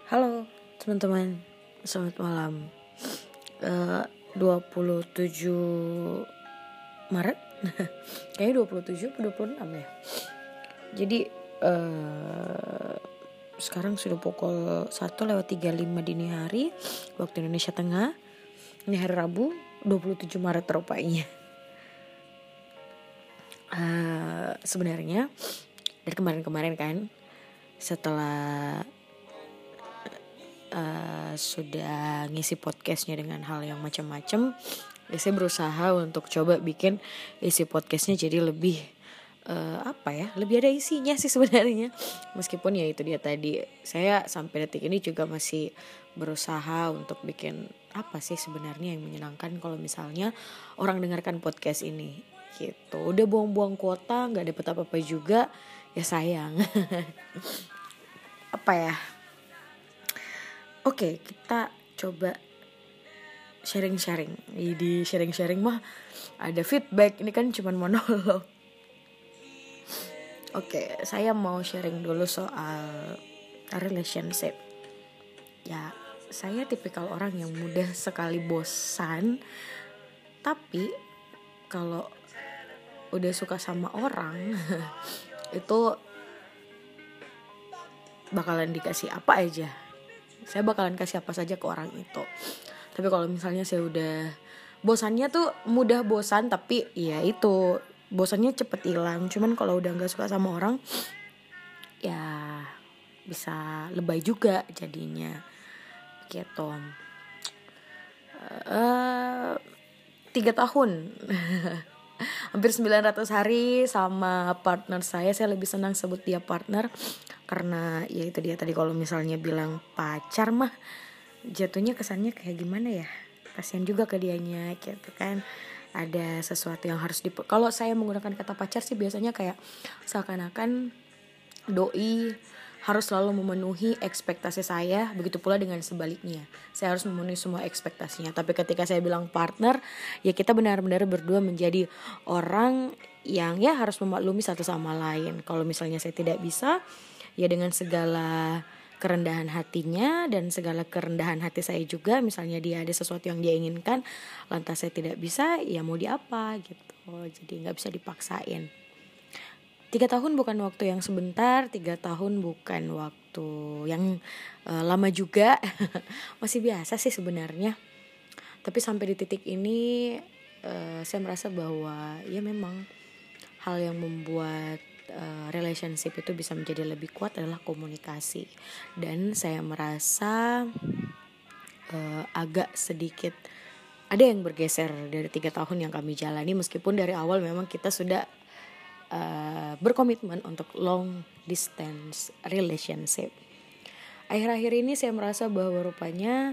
Halo teman-teman, selamat malam. 27 Maret kayaknya 27 atau 26 ya. Jadi sekarang sudah pukul 1:35 dini hari waktu Indonesia Tengah. Ini hari Rabu 27 Maret rupanya. Sebenarnya dari kemarin-kemarin kan, setelah sudah ngisi podcastnya dengan hal yang macam-macam, saya berusaha untuk coba bikin isi podcastnya jadi lebih lebih ada isinya sih sebenarnya. Meskipun ya itu dia tadi, saya sampai detik ini juga masih berusaha untuk bikin apa sih sebenarnya yang menyenangkan kalau misalnya orang dengarkan podcast ini gitu. Udah buang-buang kuota, nggak dapet apa-apa juga, ya sayang. Oke, kita coba sharing-sharing. Di sharing-sharing mah ada feedback, ini kan cuma monolog. Oke, saya mau sharing dulu soal relationship. Ya, saya tipikal orang yang mudah sekali bosan. Tapi kalau udah suka sama orang itu bakalan dikasih apa aja. Saya bakalan kasih apa saja ke orang itu. Tapi kalau misalnya saya udah bosannya tuh mudah bosan, tapi ya itu bosannya cepet hilang. Cuman kalau udah nggak suka sama orang, ya bisa lebay juga jadinya gitu. 3 tahun hampir 900 hari sama partner saya lebih senang sebut dia partner. Karena ya itu dia tadi, kalau misalnya bilang pacar mah jatuhnya kesannya kayak gimana ya, kasian juga ke dianya gitu kan. Ada sesuatu yang harus kalau saya menggunakan kata pacar sih biasanya kayak seakan-akan doi harus selalu memenuhi ekspektasi saya, begitu pula dengan sebaliknya. Saya harus memenuhi semua ekspektasinya. Tapi ketika saya bilang partner, ya kita benar-benar berdua menjadi orang yang ya harus memaklumi satu sama lain. Kalau misalnya saya tidak bisa, ya dengan segala kerendahan hatinya dan segala kerendahan hati saya juga, misalnya dia ada sesuatu yang dia inginkan, lantas saya tidak bisa, ya mau diapa gitu. Jadi gak bisa dipaksain. 3 tahun bukan waktu yang sebentar, 3 tahun bukan waktu yang lama juga. Masih biasa sih sebenarnya. Tapi sampai di titik ini saya merasa bahwa ya memang hal yang membuat relationship itu bisa menjadi lebih kuat adalah komunikasi. Dan saya merasa agak sedikit ada yang bergeser dari 3 tahun yang kami jalani. Meskipun dari awal memang kita sudah berkomitmen untuk long distance relationship. Akhir-akhir ini saya merasa bahwa rupanya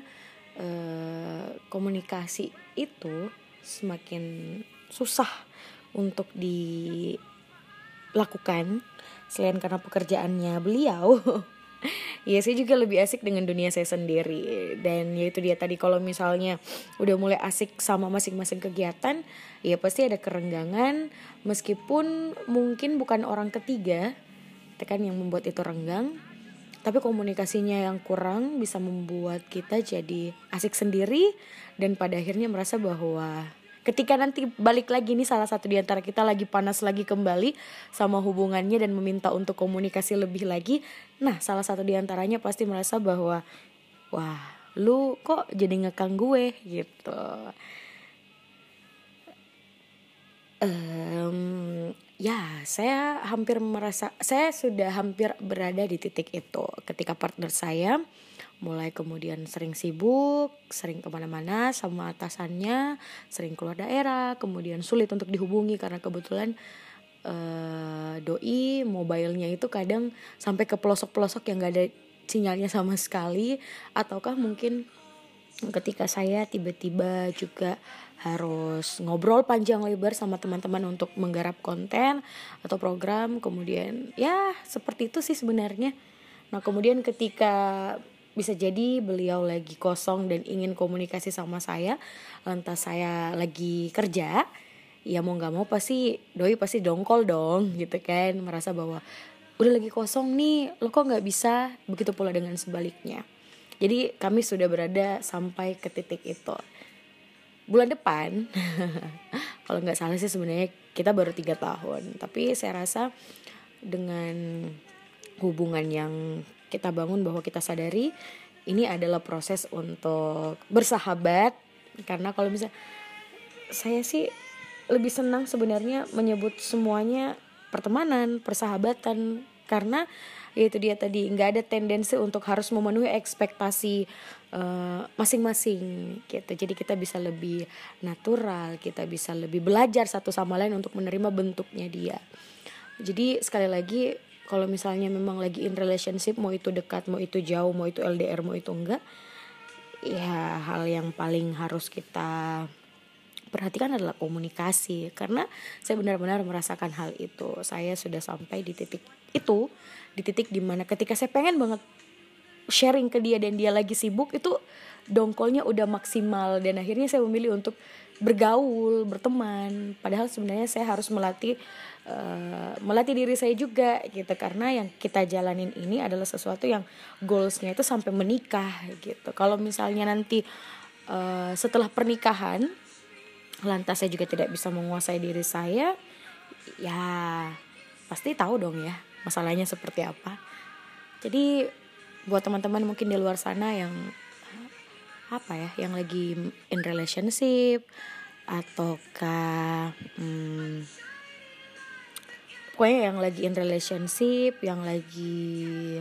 komunikasi itu semakin susah untuk dilakukan. Selain karena pekerjaannya beliau, ya saya juga lebih asik dengan dunia saya sendiri. Dan ya itu dia tadi, kalau misalnya udah mulai asik sama masing-masing kegiatan, ya pasti ada kerenggangan. Meskipun mungkin bukan orang ketiga kan yang membuat itu renggang, tapi komunikasinya yang kurang bisa membuat kita jadi asik sendiri. Dan pada akhirnya merasa bahwa ketika nanti balik lagi nih, salah satu di antara kita lagi panas lagi kembali sama hubungannya dan meminta untuk komunikasi lebih lagi, nah salah satu di antaranya pasti merasa bahwa wah, lu kok jadi ngekang gue gitu. Ya saya sudah hampir berada di titik itu ketika partner saya mulai kemudian sering sibuk, sering kemana-mana sama atasannya, sering keluar daerah, kemudian sulit untuk dihubungi karena kebetulan doi mobilenya itu kadang sampai ke pelosok-pelosok yang gak ada sinyalnya sama sekali. Ataukah mungkin ketika saya tiba-tiba juga harus ngobrol panjang lebar sama teman-teman untuk menggarap konten atau program, kemudian ya seperti itu sih sebenarnya. Nah kemudian ketika bisa jadi beliau lagi kosong dan ingin komunikasi sama saya, lantas saya lagi kerja, ya mau gak mau pasti doi pasti dongkol dong gitu kan. Merasa bahwa udah lagi kosong nih, lo kok gak bisa, begitu pula dengan sebaliknya. Jadi kami sudah berada sampai ke titik itu. Bulan depan kalau nggak salah sih sebenarnya kita baru 3 tahun, tapi saya rasa dengan hubungan yang kita bangun, bahwa kita sadari ini adalah proses untuk bersahabat. Karena kalau misalnya saya sih lebih senang sebenarnya menyebut semuanya pertemanan, persahabatan, karena yaitu dia tadi nggak ada tendensi untuk harus memenuhi ekspektasi masing-masing gitu. Jadi kita bisa lebih natural, kita bisa lebih belajar satu sama lain untuk menerima bentuknya dia. Jadi sekali lagi, kalau misalnya memang lagi in relationship, mau itu dekat, mau itu jauh, mau itu LDR, mau itu enggak, ya hal yang paling harus kita perhatikan adalah komunikasi. Karena saya benar-benar merasakan hal itu. Saya sudah sampai di titik itu, di titik dimana ketika saya pengen banget sharing ke dia dan dia lagi sibuk, itu dongkolnya udah maksimal, dan akhirnya saya memilih untuk bergaul, berteman. Padahal sebenarnya saya harus melatih diri saya juga gitu, karena yang kita jalanin ini adalah sesuatu yang goalsnya itu sampai menikah gitu. Kalau misalnya nanti setelah pernikahan lantas saya juga tidak bisa menguasai diri saya, ya pasti tahu dong ya masalahnya seperti apa. Jadi buat teman-teman mungkin di luar sana yang yang lagi in relationship, ataukah pokoknya yang lagi in relationship, yang lagi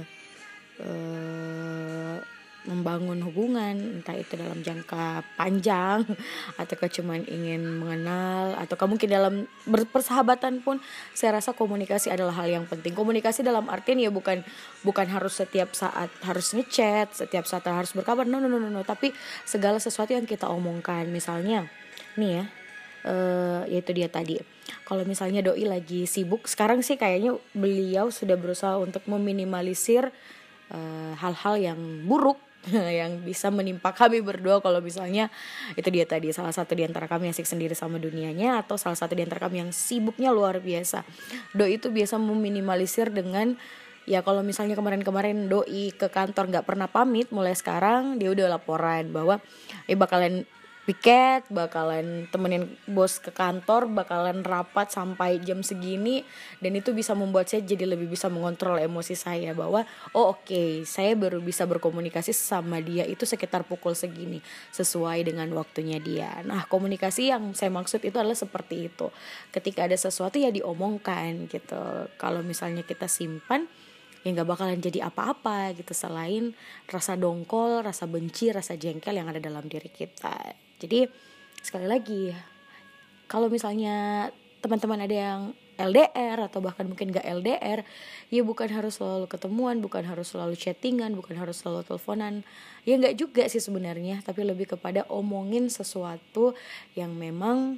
membangun hubungan, entah itu dalam jangka panjang atau cuman ingin mengenal, atau mungkin dalam berpersahabatan pun, saya rasa komunikasi adalah hal yang penting. Komunikasi dalam artian ya bukan harus setiap saat harus ngechat, setiap saat harus berkabar, no, tapi segala sesuatu yang kita omongkan. Misalnya nih ya, yaitu dia tadi, kalau misalnya doi lagi sibuk sekarang sih, kayaknya beliau sudah berusaha untuk meminimalisir hal-hal yang buruk yang bisa menimpa kami berdua. Kalau misalnya itu dia tadi, salah satu di antara kami asik sendiri sama dunianya, atau salah satu di antara kami yang sibuknya luar biasa, doi itu biasa meminimalisir dengan, ya kalau misalnya kemarin-kemarin doi ke kantor gak pernah pamit, mulai sekarang dia udah laporan bahwa bakalan piket, bakalan temenin bos ke kantor, bakalan rapat sampai jam segini. Dan itu bisa membuat saya jadi lebih bisa mengontrol emosi saya, bahwa oke, saya baru bisa berkomunikasi sama dia itu sekitar pukul segini, sesuai dengan waktunya dia. Nah, komunikasi yang saya maksud itu adalah seperti itu. Ketika ada sesuatu ya diomongkan gitu. Kalau misalnya kita simpan, ya gak bakalan jadi apa-apa gitu, selain rasa dongkol, rasa benci, rasa jengkel yang ada dalam diri kita. Jadi sekali lagi, kalau misalnya teman-teman ada yang LDR atau bahkan mungkin gak LDR, ya bukan harus selalu ketemuan, bukan harus selalu chattingan, bukan harus selalu teleponan. Ya gak juga sih sebenarnya, tapi lebih kepada omongin sesuatu yang memang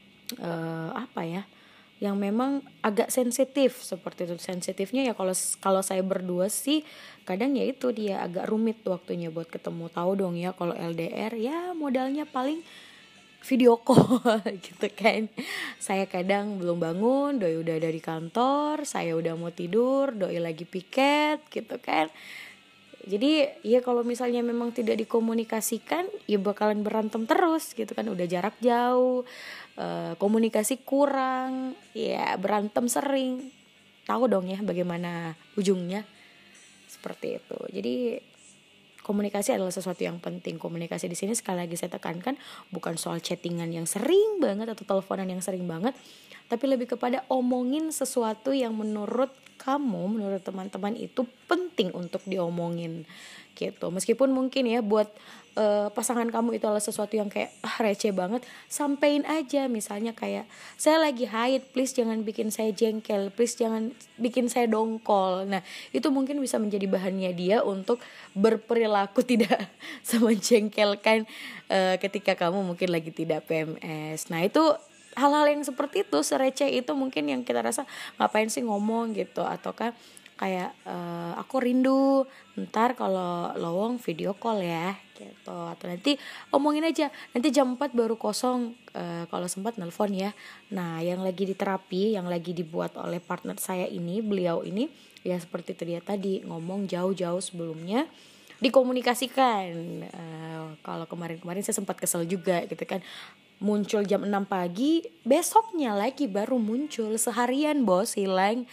yang memang agak sensitif. Seperti itu. Sensitifnya ya kalau saya berdua sih kadang ya itu dia agak rumit waktunya buat ketemu. Tahu dong ya, kalau LDR ya modalnya paling video call gitu kan. Saya kadang belum bangun, doi udah dari kantor, saya udah mau tidur, doi lagi piket gitu kan. Jadi ya kalau misalnya memang tidak dikomunikasikan, ya bakalan berantem terus gitu kan. Udah jarak jauh, komunikasi kurang, ya berantem sering. Tahu dong ya bagaimana ujungnya. Seperti itu. Jadi komunikasi adalah sesuatu yang penting. Komunikasi di sini sekali lagi saya tekankan bukan soal chattingan yang sering banget atau teleponan yang sering banget, tapi lebih kepada omongin sesuatu yang menurut kamu, menurut teman-teman itu penting untuk diomongin gitu. Meskipun mungkin ya buat pasangan kamu itu adalah sesuatu yang kayak receh banget, sampein aja. Misalnya kayak, saya lagi haid, please jangan bikin saya jengkel, please jangan bikin saya dongkol. Nah itu mungkin bisa menjadi bahannya dia untuk berperilaku tidak semenjengkelkan ketika kamu mungkin lagi tidak PMS. Nah itu hal-hal yang seperti itu, sereceh itu mungkin yang kita rasa ngapain sih ngomong gitu. Ataukah kayak aku rindu, ntar kalau lowong video call ya gitu. Atau nanti omongin aja, nanti jam 4 baru kosong, kalau sempat nelpon ya. Nah yang lagi di terapi, yang lagi dibuat oleh partner saya ini, beliau ini ya seperti itu dia tadi, ngomong jauh-jauh sebelumnya. dikomunikasikan. Kalau kemarin-kemarin saya sempat kesel juga gitu kan, muncul jam 6 pagi, besoknya lagi baru muncul, seharian bos hilang.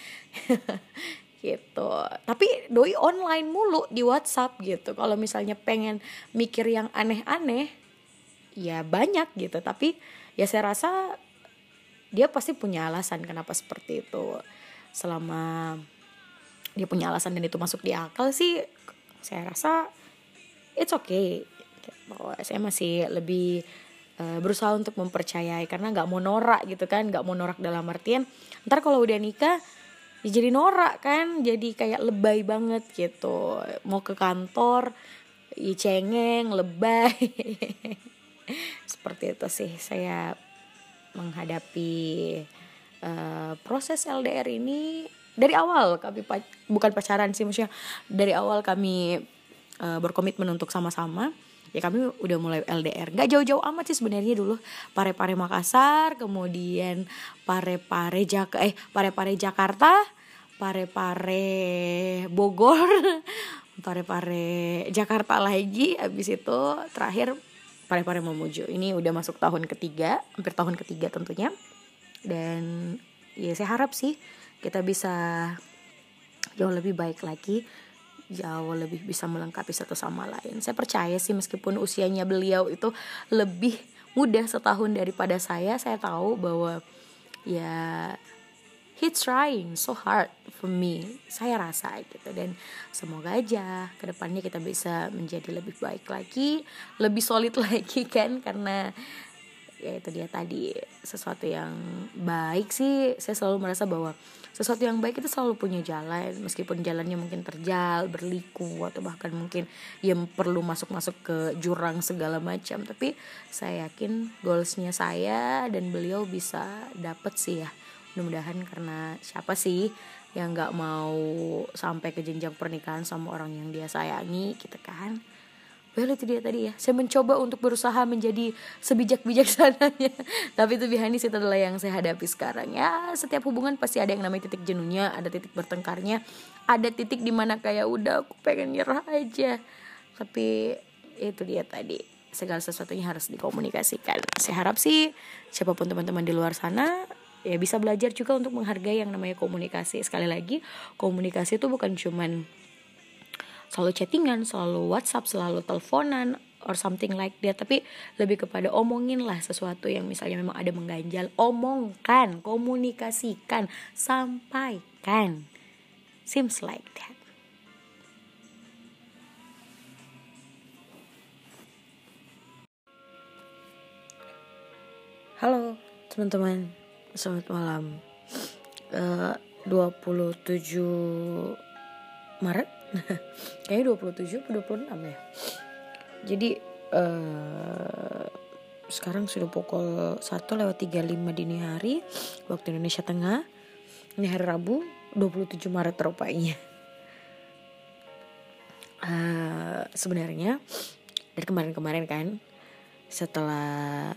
Gitu. Tapi doi online mulu di WhatsApp gitu. Kalau misalnya pengen mikir yang aneh-aneh, ya banyak gitu. Tapi ya saya rasa dia pasti punya alasan kenapa seperti itu. Selama dia punya alasan dan itu masuk di akal sih, saya rasa it's okay. Saya masih lebih berusaha untuk mempercayai, karena nggak mau norak gitu kan, nggak mau norak dalam artian ntar kalau udah nikah ya jadi norak kan, jadi kayak lebay banget gitu, mau ke kantor ya cengeng, lebay. Seperti itu sih saya menghadapi proses LDR ini. Dari awal kami bukan pacaran sih, maksudnya dari awal kami berkomitmen untuk sama-sama. Ya kami udah mulai LDR. Gak jauh-jauh amat sih sebenarnya dulu. Parepare Makassar, kemudian Parepare Jakarta, Parepare Bogor, Parepare Jakarta lagi. Abis itu terakhir Parepare Mamuju. Ini udah masuk tahun ketiga, hampir tahun ketiga tentunya. Dan ya saya harap sih kita bisa jauh lebih baik lagi, jauh lebih bisa melengkapi satu sama lain. Saya percaya sih meskipun usianya beliau itu lebih muda setahun daripada saya tahu bahwa ya he trying so hard for me. Saya rasa gitu, dan semoga aja kedepannya kita bisa menjadi lebih baik lagi, lebih solid lagi kan, karena ya itu dia tadi, sesuatu yang baik sih saya selalu merasa bahwa sesuatu yang baik itu selalu punya jalan, meskipun jalannya mungkin terjal, berliku, atau bahkan mungkin yang perlu masuk ke jurang segala macam. Tapi saya yakin goalsnya saya dan beliau bisa dapet sih ya, mudah-mudahan, karena siapa sih yang gak mau sampai ke jenjang pernikahan sama orang yang dia sayangi gitu kan. Well, itu dia tadi ya, saya mencoba untuk berusaha menjadi sebijak-bijaksananya. Tapi itu behind itu adalah yang saya hadapi sekarang. Ya setiap hubungan pasti ada yang namanya titik jenuhnya, ada titik bertengkarnya, ada titik dimana kayak udah aku pengen nyerah aja. Tapi itu dia tadi, segala sesuatunya harus dikomunikasikan. Saya harap sih siapapun teman-teman di luar sana ya bisa belajar juga untuk menghargai yang namanya komunikasi. Sekali lagi, komunikasi itu bukan cuman selalu chattingan, selalu WhatsApp, selalu teleponan or something like that, tapi lebih kepada omongin lah sesuatu yang misalnya memang ada mengganjal, omongkan, komunikasikan, sampaikan. Seems like that. Halo teman-teman, selamat malam. 27 Maret kayaknya 27 atau 26 ya. Jadi sekarang sudah pukul 1:35 dini hari waktu Indonesia Tengah. Ini hari Rabu 27 Maret rupanya. Sebenarnya dari kemarin-kemarin kan, setelah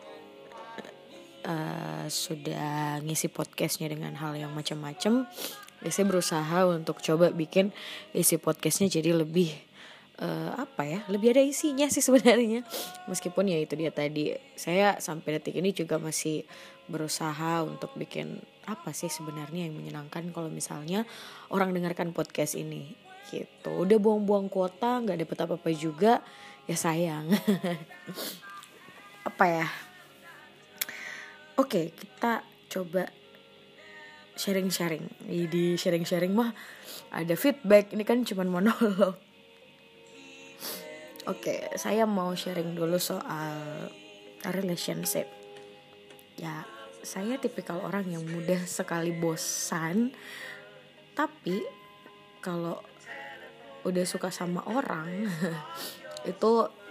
sudah ngisi podcastnya dengan hal yang macam-macam, saya berusaha untuk coba bikin isi podcastnya jadi lebih lebih ada isinya sih sebenarnya. Meskipun ya itu dia tadi, saya sampai detik ini juga masih berusaha untuk bikin apa sih sebenarnya yang menyenangkan kalau misalnya orang dengarkan podcast ini gitu. Udah buang-buang kuota, nggak dapet apa-apa juga, ya sayang. Apa ya? Oke, kita coba sharing-sharing. Di sharing-sharing mah ada feedback, ini kan cuman monolog. Oke, saya mau sharing dulu soal relationship. Ya, saya tipikal orang yang mudah sekali bosan. Tapi kalau udah suka sama orang itu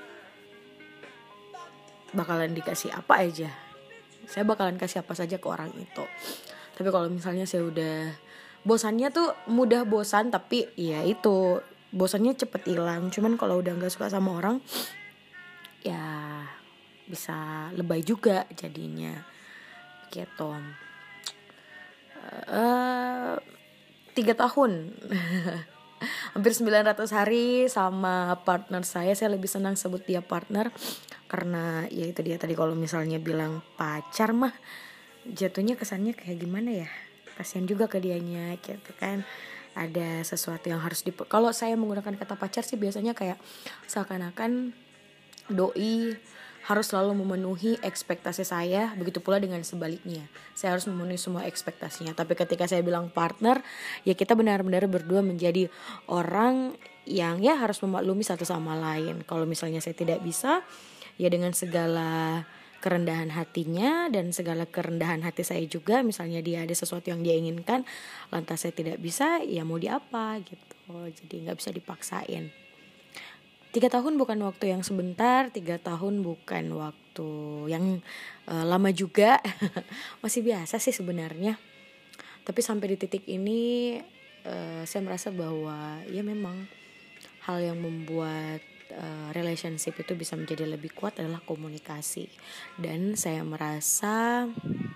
bakalan dikasih apa aja. Saya bakalan kasih apa saja ke orang itu. Tapi kalau misalnya saya udah bosannya tuh mudah bosan, tapi ya itu bosannya cepet hilang. Cuman kalau udah nggak suka sama orang, ya bisa lebay juga jadinya gitu. 3 tahun hampir 900 hari sama partner saya lebih senang sebut dia partner. Karena ya itu dia tadi, kalau misalnya bilang pacar mah jatuhnya kesannya kayak gimana ya, kasihan juga ke dianya gitu kan. Ada sesuatu yang harus kalau saya menggunakan kata pacar sih biasanya kayak seakan-akan doi harus selalu memenuhi ekspektasi saya, begitu pula dengan sebaliknya. Saya harus memenuhi semua ekspektasinya. Tapi ketika saya bilang partner, ya kita benar-benar berdua menjadi orang yang ya harus memaklumi satu sama lain. Kalau misalnya saya tidak bisa, ya dengan segala kerendahan hatinya dan segala kerendahan hati saya juga, misalnya dia ada sesuatu yang dia inginkan, lantas saya tidak bisa, ya mau diapa gitu. Jadi gak bisa dipaksain. 3 tahun bukan waktu yang sebentar, 3 tahun bukan waktu yang lama juga. Masih biasa sih sebenarnya. Tapi sampai di titik ini saya merasa bahwa ya memang hal yang membuat relationship itu bisa menjadi lebih kuat adalah komunikasi. Dan saya merasa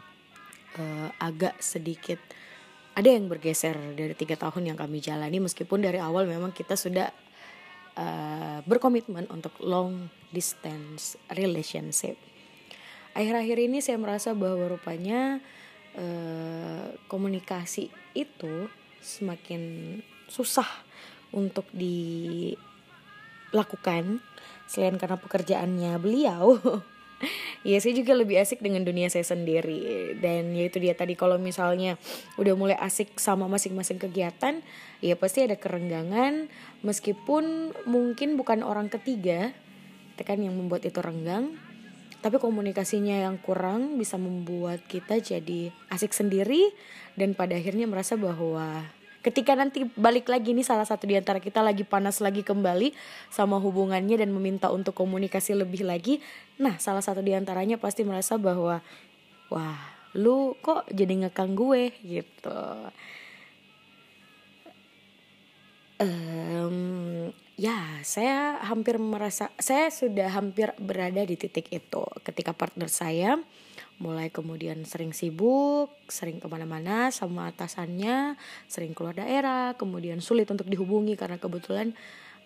agak sedikit ada yang bergeser dari 3 tahun yang kami jalani, meskipun dari awal memang kita sudah berkomitmen untuk long distance relationship. Akhir-akhir ini saya merasa bahwa rupanya komunikasi itu semakin susah untuk dilakukan, selain karena pekerjaannya beliau. Ya saya juga lebih asik dengan dunia saya sendiri. Dan yaitu dia tadi, kalau misalnya udah mulai asik sama masing-masing kegiatan, ya pasti ada kerenggangan. Meskipun mungkin bukan orang ketiga kan yang membuat itu renggang, tapi komunikasinya yang kurang bisa membuat kita jadi asik sendiri. Dan pada akhirnya merasa bahwa ketika nanti balik lagi nih, salah satu di antara kita lagi panas lagi kembali sama hubungannya dan meminta untuk komunikasi lebih lagi, nah salah satu di antaranya pasti merasa bahwa wah lu kok jadi ngekang gue gitu. Ya saya sudah hampir berada di titik itu ketika partner saya mulai kemudian sering sibuk, sering kemana-mana sama atasannya, sering keluar daerah, kemudian sulit untuk dihubungi karena kebetulan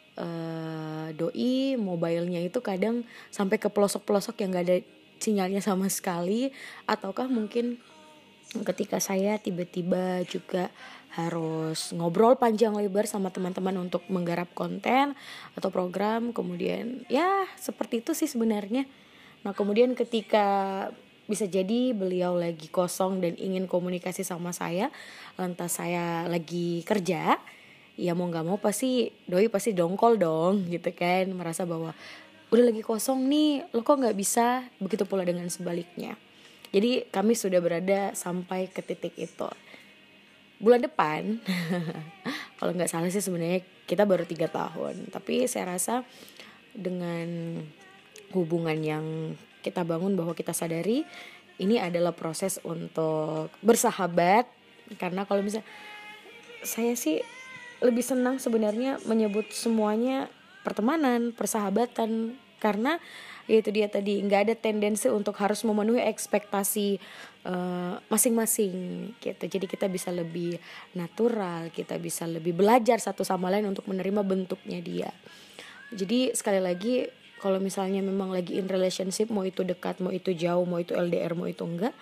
doi mobilenya itu kadang sampai ke pelosok-pelosok yang gak ada sinyalnya sama sekali. Ataukah mungkin ketika saya tiba-tiba juga harus ngobrol panjang lebar sama teman-teman untuk menggarap konten atau program, kemudian ya seperti itu sih sebenarnya. Nah kemudian ketika bisa jadi beliau lagi kosong dan ingin komunikasi sama saya, lantas saya lagi kerja, ya mau gak mau doi pasti dongkol dong gitu kan, merasa bahwa udah lagi kosong nih, lo kok gak bisa. Begitu pula dengan sebaliknya. Jadi kami sudah berada sampai ke titik itu. Bulan depan kalau gak salah sih sebenarnya kita baru 3 tahun. Tapi saya rasa dengan hubungan yang kita bangun, bahwa kita sadari ini adalah proses untuk bersahabat. Karena kalau misalnya saya sih lebih senang sebenarnya menyebut semuanya pertemanan, persahabatan, karena yaitu dia tadi nggak ada tendensi untuk harus memenuhi ekspektasi masing-masing gitu. Jadi kita bisa lebih natural, kita bisa lebih belajar satu sama lain untuk menerima bentuknya dia. Jadi sekali lagi, kalau misalnya memang lagi in relationship, mau itu dekat, mau itu jauh, mau itu LDR, mau itu enggak,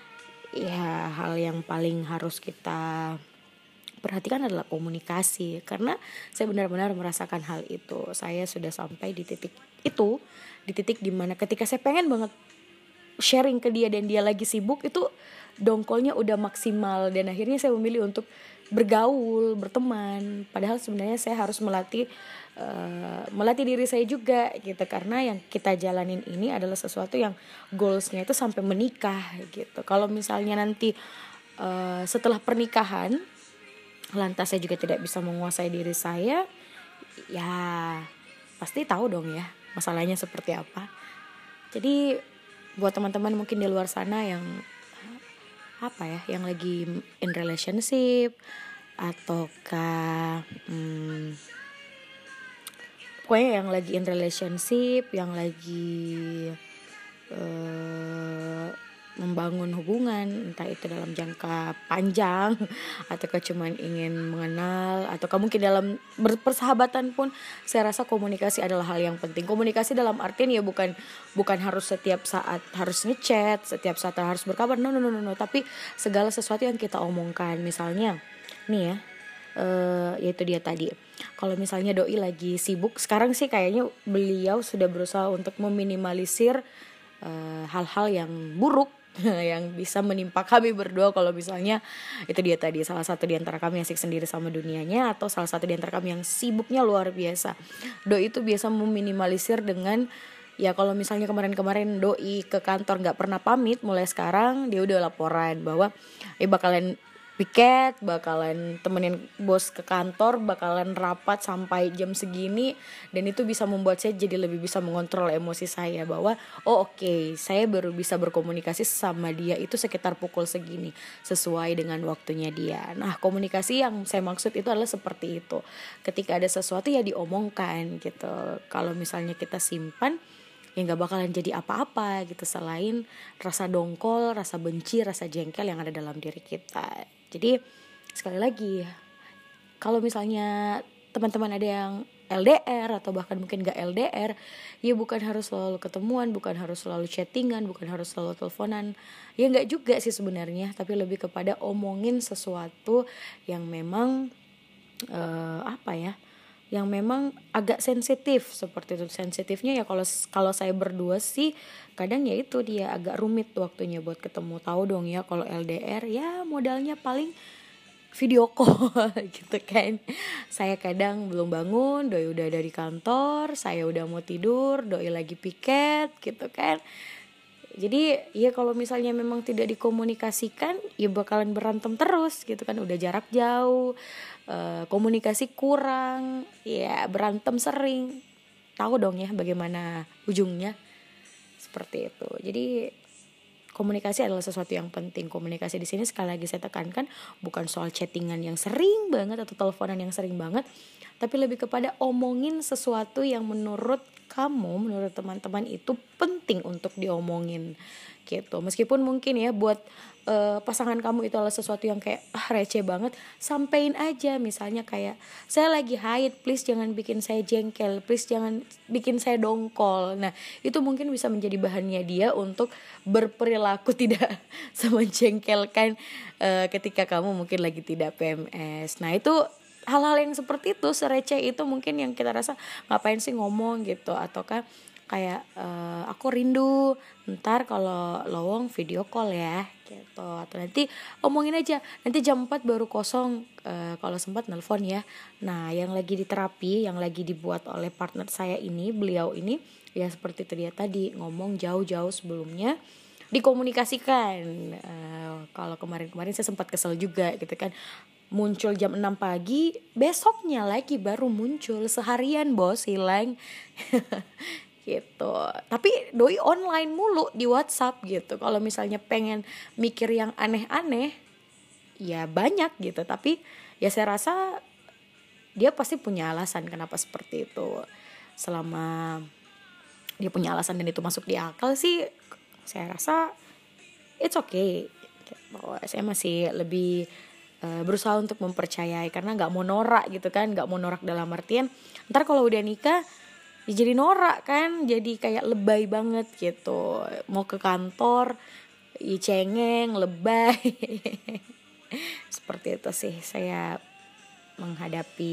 ya hal yang paling harus kita perhatikan adalah komunikasi. Karena saya benar-benar merasakan hal itu. Saya sudah sampai di titik itu, di titik dimana ketika saya pengen banget sharing ke dia dan dia lagi sibuk, itu dongkolnya udah maksimal. Dan akhirnya saya memilih untuk bergaul, berteman. Padahal sebenarnya saya harus melatih diri saya juga gitu. Karena yang kita jalanin ini adalah sesuatu yang goalsnya itu sampai menikah gitu. Kalau misalnya nanti setelah pernikahan lantas saya juga tidak bisa menguasai diri saya, ya pasti tahu dong ya masalahnya seperti apa. Jadi buat teman-teman mungkin di luar sana yang yang lagi in relationship, ataukah pokoknya yang lagi in relationship, yang lagi membangun hubungan, entah itu dalam jangka panjang ataukah cuman ingin mengenal, ataukah mungkin dalam berpersahabatan pun, saya rasa komunikasi adalah hal yang penting. Komunikasi dalam artian ya bukan harus setiap saat harus ngechat, setiap saat harus berkabar, no, tapi segala sesuatu yang kita omongkan. Misalnya nih ya, yaitu dia tadi, kalau misalnya doi lagi sibuk sekarang sih, kayaknya beliau sudah berusaha untuk meminimalisir hal-hal yang buruk yang bisa menimpa kami berdua. Kalau misalnya itu dia tadi, salah satu di antara kami asik sendiri sama dunianya, atau salah satu di antara kami yang sibuknya luar biasa, doi itu biasa meminimalisir dengan ya, kalau misalnya kemarin-kemarin doi ke kantor nggak pernah pamit, mulai sekarang dia udah laporan bahwa bakalan piket, bakalan temenin bos ke kantor, bakalan rapat sampai jam segini. Dan itu bisa membuat saya jadi lebih bisa mengontrol emosi saya, bahwa oke, saya baru bisa berkomunikasi sama dia itu sekitar pukul segini, sesuai dengan waktunya dia. Nah, komunikasi yang saya maksud itu adalah seperti itu. Ketika ada sesuatu ya diomongkan gitu. Kalau misalnya kita simpan, ya gak bakalan jadi apa-apa gitu, selain rasa dongkol, rasa benci, rasa jengkel yang ada dalam diri kita. Jadi sekali lagi, kalau misalnya teman-teman ada yang LDR atau bahkan mungkin gak LDR, ya bukan harus selalu ketemuan, bukan harus selalu chattingan, bukan harus selalu teleponan. Ya gak juga sih sebenarnya, tapi lebih kepada omongin sesuatu yang memang yang memang agak sensitif, seperti itu. Sensitifnya ya kalau saya berdua sih kadang ya itu dia agak rumit waktunya buat ketemu. Tahu dong ya, kalau LDR ya modalnya paling video call gitu kan. Saya kadang belum bangun, doi udah dari kantor, saya udah mau tidur, doi lagi piket gitu kan. Jadi ya kalau misalnya memang tidak dikomunikasikan, ya bakalan berantem terus gitu kan. Udah jarak jauh, komunikasi kurang, ya berantem sering. Tahu dong ya bagaimana ujungnya, seperti itu. Jadi komunikasi adalah sesuatu yang penting. Komunikasi di sini sekali lagi saya tekankan, bukan soal chattingan yang sering banget atau teleponan yang sering banget, tapi lebih kepada omongin sesuatu yang menurut kamu, menurut teman-teman itu penting untuk diomongin gitu. Meskipun mungkin ya buat pasangan kamu itu adalah sesuatu yang kayak receh banget, sampein aja. Misalnya kayak, saya lagi haid, please jangan bikin saya jengkel, please jangan bikin saya dongkol. Nah itu mungkin bisa menjadi bahannya dia untuk berperilaku tidak semenjengkelkan ketika kamu mungkin lagi tidak PMS. Nah itu hal-hal yang seperti itu, sereceh itu mungkin yang kita rasa ngapain sih ngomong gitu. Ataukah kayak aku rindu, ntar kalau lowong video call ya gitu. Atau nanti omongin aja, nanti jam 4 baru kosong, kalau sempat nelpon ya. Nah yang lagi di terapi, yang lagi dibuat oleh partner saya ini, beliau ini ya seperti itu dia tadi, ngomong jauh-jauh sebelumnya, dikomunikasikan. Kalau kemarin-kemarin saya sempat kesel juga gitu kan, muncul jam 6 pagi, besoknya lagi baru muncul, seharian bos hilang gitu. Tapi doi online mulu di WhatsApp gitu. Kalau misalnya pengen mikir yang aneh-aneh, ya banyak gitu. Tapi ya saya rasa dia pasti punya alasan kenapa seperti itu. Selama dia punya alasan dan itu masuk di akal sih, saya rasa it's okay. Saya masih lebih berusaha untuk mempercayai, karena gak mau norak gitu kan. Gak mau norak dalam artian ntar kalau udah nikah ya jadi norak kan, jadi kayak lebay banget gitu. Mau ke kantor ya cengeng, lebay. Seperti itu sih saya menghadapi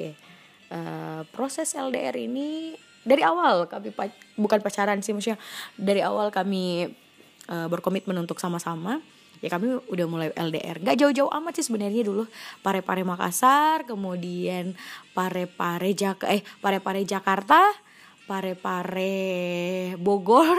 proses LDR ini. Dari awal kami bukan pacaran sih, maksudnya dari awal kami berkomitmen untuk sama-sama, ya kami udah mulai LDR. Gak jauh-jauh amat sih sebenarnya dulu. Parepare Makassar, kemudian Parepare Jakarta, Parepare Bogor,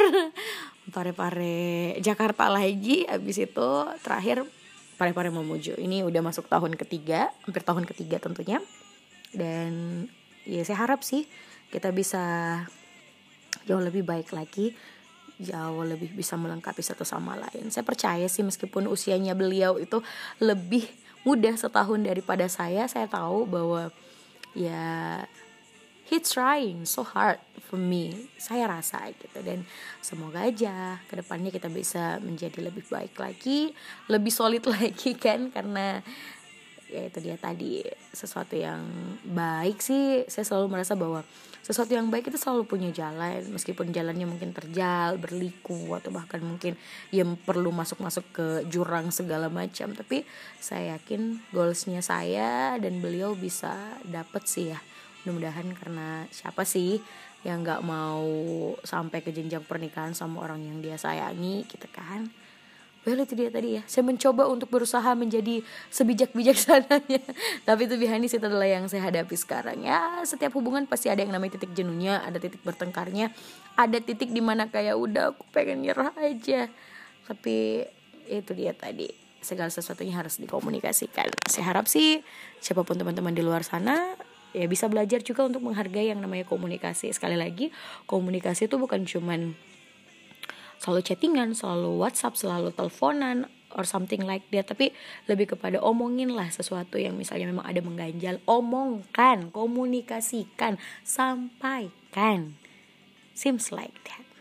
Parepare Jakarta lagi. Abis itu terakhir Parepare Mamuju. Ini udah masuk tahun ketiga, hampir tahun ketiga tentunya. Dan ya saya harap sih kita bisa jauh lebih baik lagi, jauh lebih bisa melengkapi satu sama lain. Saya percaya sih meskipun usianya beliau itu lebih muda setahun daripada saya tahu bahwa ya he trying so hard for me, saya rasa gitu. Dan semoga aja kedepannya kita bisa menjadi lebih baik lagi, lebih solid lagi kan, karena ya itu dia tadi, sesuatu yang baik sih saya selalu merasa bahwa sesuatu yang baik itu selalu punya jalan, meskipun jalannya mungkin terjal, berliku, atau bahkan mungkin yang perlu masuk-masuk ke jurang segala macam. Tapi saya yakin goalsnya saya dan beliau bisa dapet sih ya, mudah-mudahan. Karena siapa sih yang gak mau sampai ke jenjang pernikahan sama orang yang dia sayangi gitu kan. Well, itu dia tadi ya, saya mencoba untuk berusaha menjadi sebijak-bijaksananya. Tapi itu behind itu adalah yang saya hadapi sekarang. Ya, setiap hubungan pasti ada yang namanya titik jenuhnya, ada titik bertengkarnya, ada titik dimana kayak udah aku pengen nyerah aja. Tapi itu dia tadi, segala sesuatunya harus dikomunikasikan. Saya harap sih siapapun teman-teman di luar sana ya bisa belajar juga untuk menghargai yang namanya komunikasi. Sekali lagi, komunikasi itu bukan cuman selalu chattingan, selalu WhatsApp, selalu teleponan or something like that, tapi lebih kepada omongin lah sesuatu yang misalnya memang ada mengganjal, omongkan, komunikasikan, sampaikan. Seems like that.